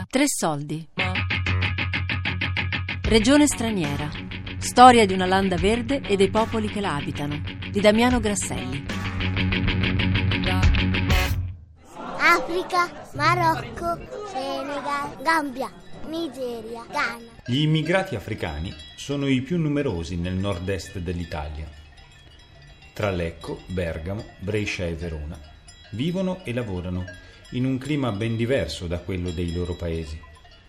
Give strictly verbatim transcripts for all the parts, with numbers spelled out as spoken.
Tre soldi. Regione straniera. Storia di una landa verde e dei popoli che la abitano. Di Damiano Grasselli. Africa, Marocco, Senegal, Gambia, Nigeria, Ghana. Gli immigrati africani sono i più numerosi nel nord-est dell'Italia. Tra Lecco, Bergamo, Brescia e Verona vivono e lavorano in un clima ben diverso da quello dei loro paesi.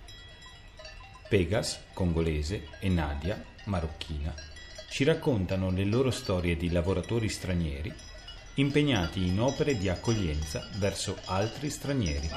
Pegas, congolese, e Nadia, marocchina, ci raccontano le loro storie di lavoratori stranieri impegnati in opere di accoglienza verso altri stranieri.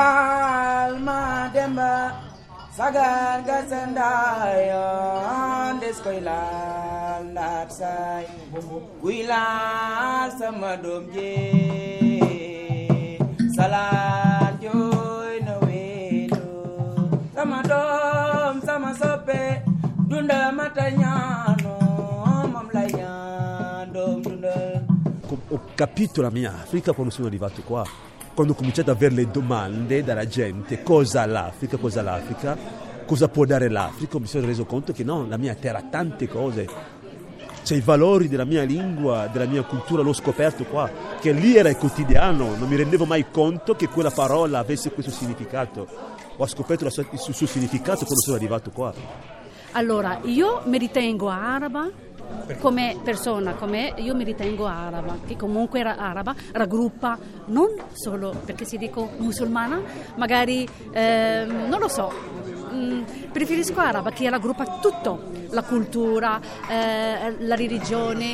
Ho capito la mia Africa quando sono arrivato qua, quando ho cominciato ad avere le domande dalla gente: cosa ha l'Africa, cosa ha l'Africa, cosa può dare l'Africa. Mi sono reso conto che no, la mia terra ha tante cose, c'è i valori della mia lingua, della mia cultura, l'ho scoperto qua, che lì era il quotidiano, non mi rendevo mai conto che quella parola avesse questo significato. Ho scoperto la sua, il suo significato quando sono arrivato qua. Allora, io mi ritengo araba. Come persona, come io mi ritengo araba, che comunque era araba, raggruppa non solo perché si dico musulmana, magari eh, non lo so, mh, preferisco araba che raggruppa tutto, la cultura, eh, la religione,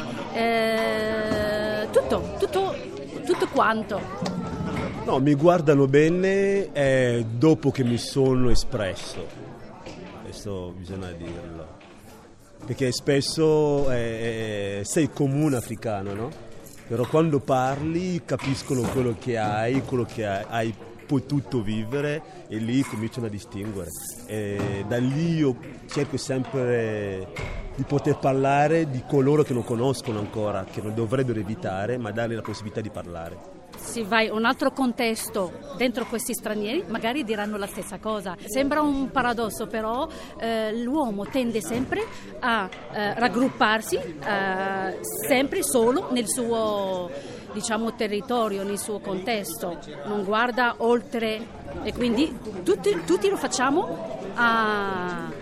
eh, tutto, tutto, tutto quanto. No, mi guardano bene eh, dopo che mi sono espresso, questo bisogna dirlo. Perché spesso eh, sei come un africano, no? Però quando parli capiscono quello che hai, quello che hai, hai potuto vivere, e lì cominciano a distinguere. E da lì io cerco sempre di poter parlare di coloro che non conoscono ancora, che non dovrebbero evitare, ma dargli la possibilità di parlare. Se vai in un altro contesto dentro questi stranieri magari diranno la stessa cosa. Sembra un paradosso, però eh, l'uomo tende sempre a eh, raggrupparsi eh, sempre solo nel suo, diciamo, territorio, nel suo contesto, non guarda oltre, e quindi tutti, tutti lo facciamo a...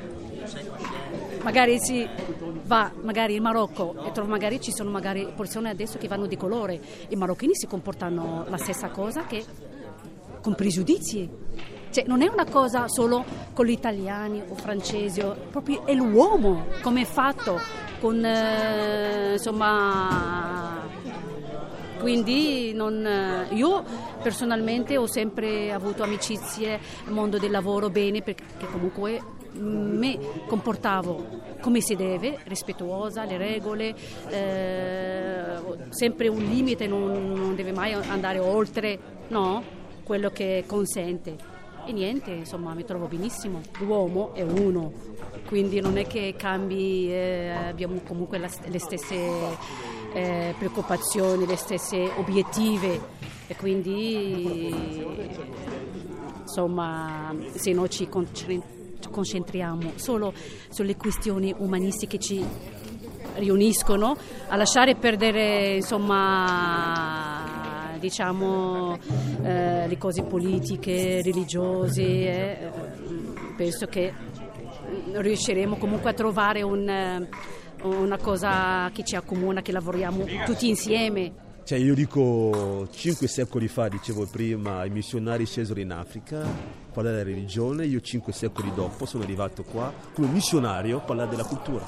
Magari si va magari in Marocco e trova, magari ci sono magari persone adesso che vanno di colore, i marocchini si comportano la stessa cosa, che con pregiudizi. Cioè non è una cosa solo con gli italiani o francesi, o proprio è l'uomo come è fatto, con eh, insomma. Quindi non, io personalmente ho sempre avuto amicizie nel mondo del lavoro bene, perché comunque mi comportavo come si deve, rispettuosa, le regole, eh, sempre un limite, non, non deve mai andare oltre, no, quello che consente. E niente, insomma, mi trovo benissimo. L'uomo è uno, quindi non è che cambi, eh, abbiamo comunque la, le stesse eh, preoccupazioni, le stesse obiettive, e quindi insomma, se no ci concentriamo concentriamo solo sulle questioni umanistiche che ci riuniscono, a lasciare perdere, insomma, diciamo eh, le cose politiche, religiose. Eh, penso che riusciremo comunque a trovare un, una cosa che ci accomuna, che lavoriamo tutti insieme. Cioè io dico, cinque secoli fa, dicevo prima, i missionari scesero in Africa a parlare della religione, io cinque secoli dopo sono arrivato qua come missionario a parlare della cultura.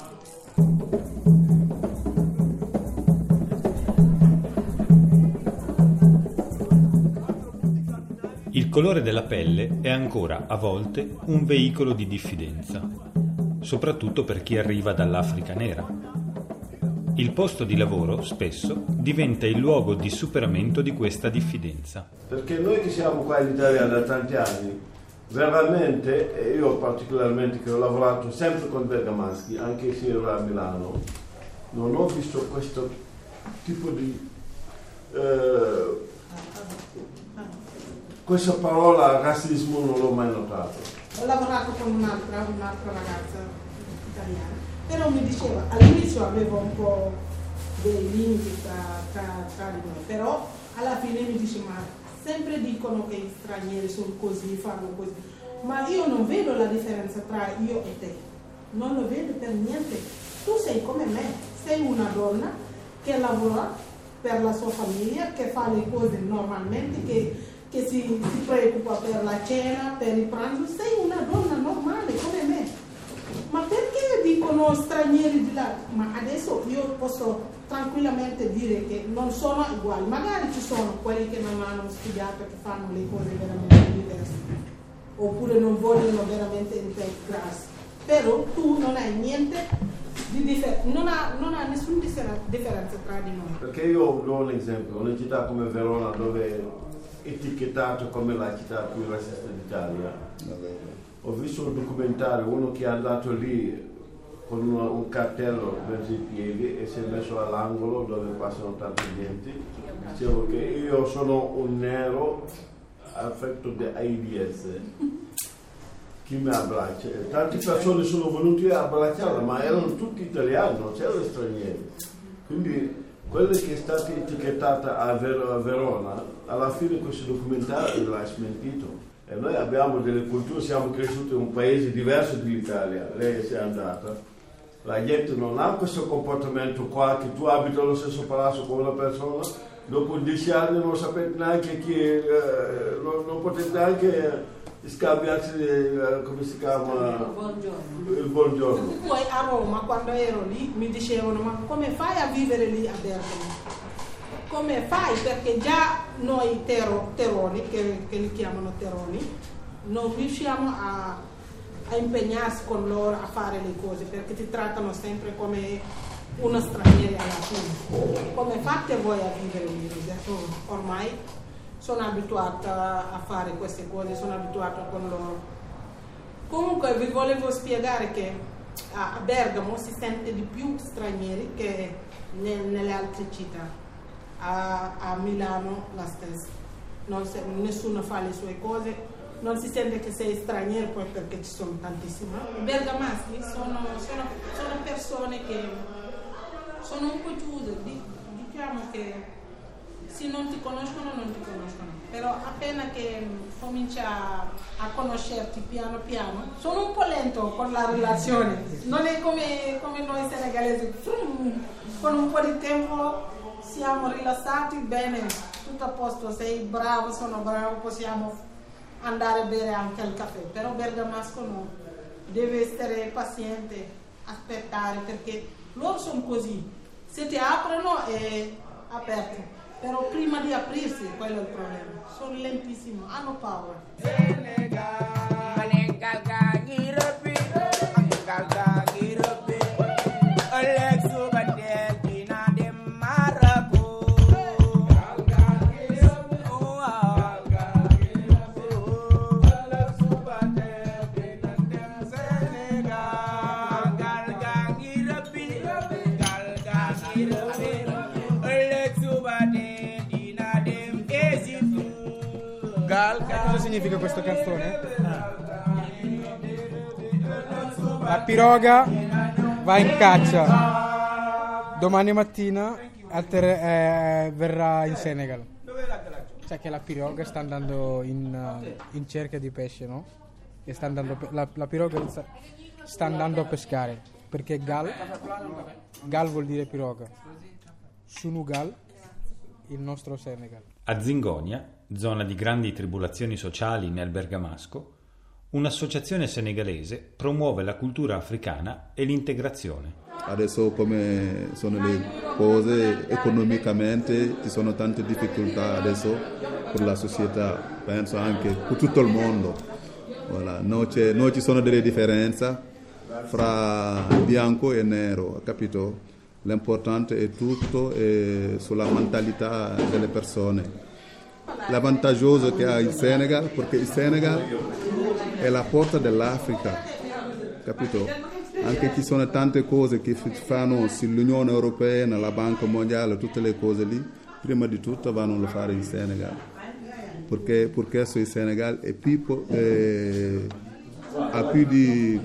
Il colore della pelle è ancora a volte un veicolo di diffidenza, soprattutto per chi arriva dall'Africa nera. Il posto di lavoro, spesso, diventa il luogo di superamento di questa diffidenza. Perché noi che siamo qua in Italia da tanti anni, raramente, e io particolarmente che ho lavorato sempre con bergamaschi, anche se ero a Milano, non ho visto questo tipo di... Eh, questa parola razzismo non l'ho mai notato. Ho lavorato con un'altra, un'altra ragazza italiana, però mi diceva, all'inizio avevo un po' dei limiti tra, tra, tra di noi, però alla fine mi dice, ma sempre dicono che gli stranieri sono così, fanno così, ma io non vedo la differenza tra io e te, non lo vedo per niente. Tu sei come me, sei una donna che lavora per la sua famiglia, che fa le cose normalmente, che, che si, si preoccupa per la cena, per il pranzo, sei una donna normale come me. Ma perché dicono stranieri di là? Ma adesso io posso tranquillamente dire che non sono uguali, magari ci sono quelli che non hanno studiato, che fanno le cose veramente diverse, oppure non vogliono veramente integrarsi, però tu non hai niente di differenza, non ha, non ha nessuna differenza tra di noi. Perché io do un esempio, una città come Verona, dove è etichettato come la città più razzista d'Italia. Ho visto un documentario, uno che è andato lì con un, un cartello verso i piedi e si è messo all'angolo dove passano tanti gente. Dicevo che io sono un nero affetto di AIDS. Chi mi abbraccia? Tante persone sono venute a abbracciarla, ma erano tutti italiani, non c'erano stranieri. Quindi quella che è stata etichettata a, Ver- a Verona, alla fine questo documentario l'ha smentito. E noi abbiamo delle culture, siamo cresciuti in un paese diverso dall'Italia, lei si è andata. La gente non ha questo comportamento qua, che tu abiti allo stesso palazzo con una persona, dopo dieci anni non sapete neanche chi, eh, non, non potete neanche scambiarsi, eh, come si chiama? Il buongiorno. Il buongiorno. Poi a Roma, quando ero lì, mi dicevano, ma come fai a vivere lì a Bergamo? Come fai? Perché già noi tero, teroni, che, che li chiamano teroni, non riusciamo a, a impegnarsi con loro a fare le cose, perché ti trattano sempre come uno straniero alla fine. Come fate voi a vivere lì? Ormai sono abituata a fare queste cose, sono abituata con loro. Comunque vi volevo spiegare che a Bergamo si sente di più stranieri che nelle altre città. A, a Milano la stessa, non se, nessuno fa le sue cose, non si sente che sei straniero poi perché ci sono tantissimi. I bergamaschi sono, sono, sono persone che sono un po' chiuse, diciamo che se non ti conoscono non ti conoscono, però appena che cominci a, a conoscerti piano piano, sono un po' lento con la relazione, non è come, come noi senegalesi, con un po' di tempo siamo rilassati, bene, tutto a posto, sei bravo, sono bravo, possiamo andare a bere anche al caffè, però bergamasco no, deve essere paziente, aspettare, perché loro sono così, se ti aprono è aperto, però prima di aprirsi quello è il problema, sono lentissimi, hanno paura. Cosa significa questa canzone? La piroga va in caccia domani mattina attere- eh, verrà in Senegal. Cioè che la piroga sta andando in, uh, in cerca di pesce, no? E sta andando pe- la, la piroga sta, sta andando a pescare perché gal gal vuol dire piroga. Sunugal, il nostro Senegal. A Zingonia, zona di grandi tribolazioni sociali nel Bergamasco, un'associazione senegalese promuove la cultura africana e l'integrazione. Adesso come sono le cose economicamente ci sono tante difficoltà adesso per la società, penso anche per tutto il mondo. Voilà. Non, c'è, non ci sono delle differenze fra bianco e nero, capito? L'importante è tutto è sulla mentalità delle persone. L'avvantaggioso che ha il Senegal, perché il Senegal è la porta dell'Africa, capito? Anche ci sono tante cose che fanno sull'Unione Europea, la Banca Mondiale, tutte le cose lì, prima di tutto vanno a fare in Senegal. perché, perché il Senegal è più, eh, ha più di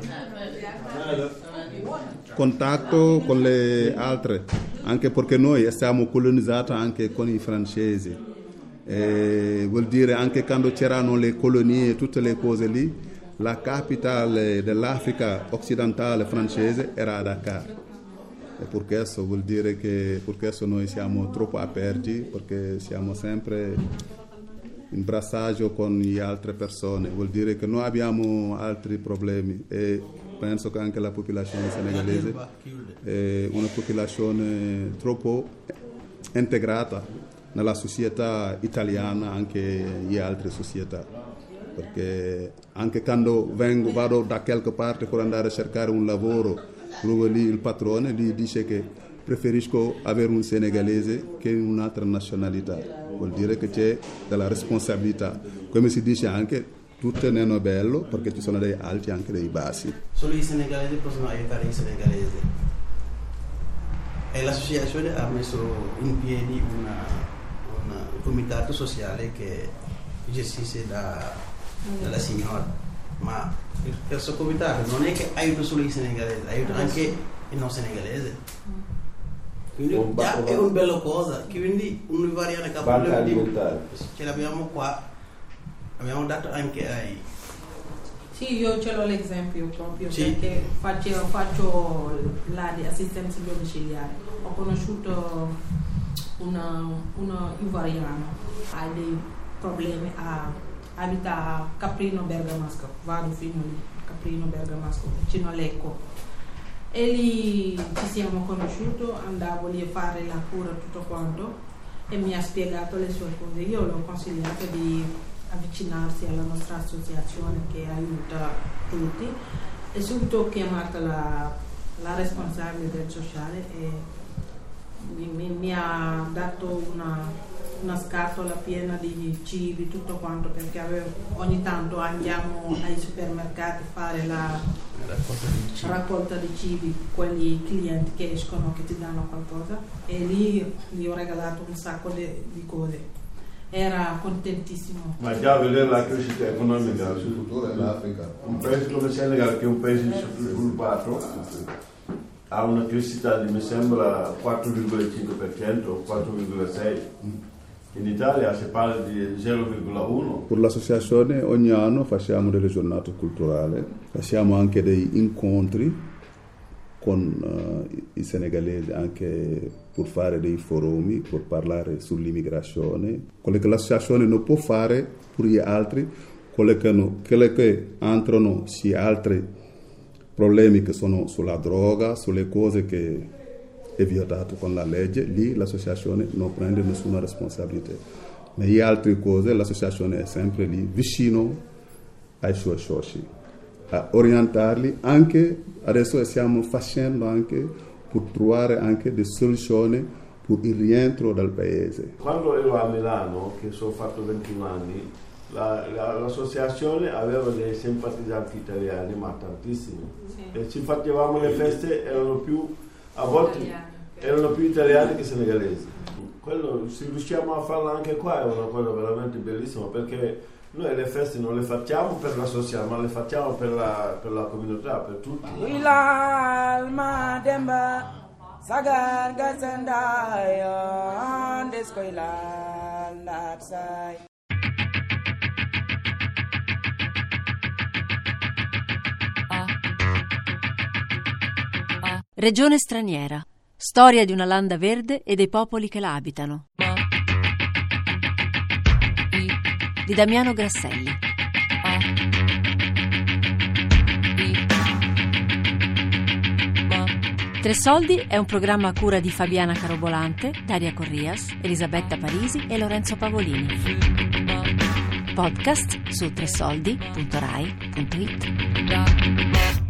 contatto con le altre, anche perché noi siamo colonizzati anche con i francesi. Eh, vuol dire anche quando c'erano le colonie e tutte le cose lì, la capitale dell'Africa occidentale francese era a Dakar. E per questo vuol dire che per questo noi siamo troppo aperti, perché siamo sempre in bracciaggio con le altre persone, vuol dire che noi abbiamo altri problemi e penso che anche la popolazione senegalese è una popolazione troppo integrata nella società italiana, anche in altre società, perché anche quando vengo, vado da qualche parte per andare a cercare un lavoro, proprio lì il padrone gli dice che preferisco avere un senegalese che un'altra nazionalità, vuol dire che c'è della responsabilità, come si dice anche tutto non è bello perché ci sono dei alti e anche dei bassi. Solo i senegalesi possono aiutare i senegalesi e l'associazione ha messo in piedi una, una, un comitato sociale che gestisce da, dalla signora, ma questo comitato non è che aiuta solo i senegalesi, aiuta anche i non senegalesi. Quindi già è una bella cosa, quindi un variante che ce l'abbiamo qua, abbiamo dato anche ai... Sì, io ce l'ho l'esempio proprio, sì. Perché faccio, faccio la di assistenza domiciliare. Ho conosciuto una, una ivoriana, ha dei problemi, a, abita a Caprino Bergamasco, vado fino lì, Caprino Bergamasco, vicino a Lecco. E lì ci siamo conosciuti, andavo lì a fare la cura tutto quanto e mi ha spiegato le sue cose. Io l'ho consigliato di avvicinarsi alla nostra associazione che aiuta tutti e subito ho chiamato la, la responsabile del sociale e mi, mi, mi ha dato una, una scatola piena di cibi, tutto quanto, perché avevo, ogni tanto andiamo ai supermercati a fare la raccolta di cibi, raccolta di cibi, quelli clienti che escono che ti danno qualcosa, e lì gli ho regalato un sacco di, di cose. Era contentissimo. Ma già vedere la crescita economica dell'Africa, un paese come il Senegal, che è un paese sviluppato, ha una crescita di, mi sembra, quattro virgola cinque per cento, quattro virgola sei per cento. In Italia si parla di zero virgola uno. Per l'associazione ogni anno facciamo delle giornate culturali, facciamo anche dei incontri con uh, i senegalesi, anche per fare dei forumi, per parlare sull'immigrazione, quello che l'associazione non può fare per gli altri, quello che, no, quello che entrano su altri problemi che sono sulla droga, sulle cose che è vietato con la legge, lì l'associazione non prende nessuna responsabilità. Ma gli altre cose l'associazione è sempre lì vicino ai suoi soci, a orientarli. Anche adesso stiamo facendo anche per trovare anche delle soluzioni per il rientro dal paese. Quando ero a Milano, che sono fatto ventuno anni, la, la, l'associazione aveva dei simpatizzanti italiani, ma tantissimi, sì. E ci facevamo le feste, erano più a volte erano più italiani che senegalesi. Quello, se riusciamo a farlo anche qua, è una cosa veramente bellissima, perché noi le feste non le facciamo per la società, ma le facciamo per la, per la comunità, per tutti. Regione straniera. Storia di una landa verde e dei popoli che la abitano. Di Damiano Grasselli. Tre Soldi è un programma a cura di Fabiana Carobolante, Daria Corrias, Elisabetta Parisi e Lorenzo Pavolini. Podcast su tresoldi punto rai punto it.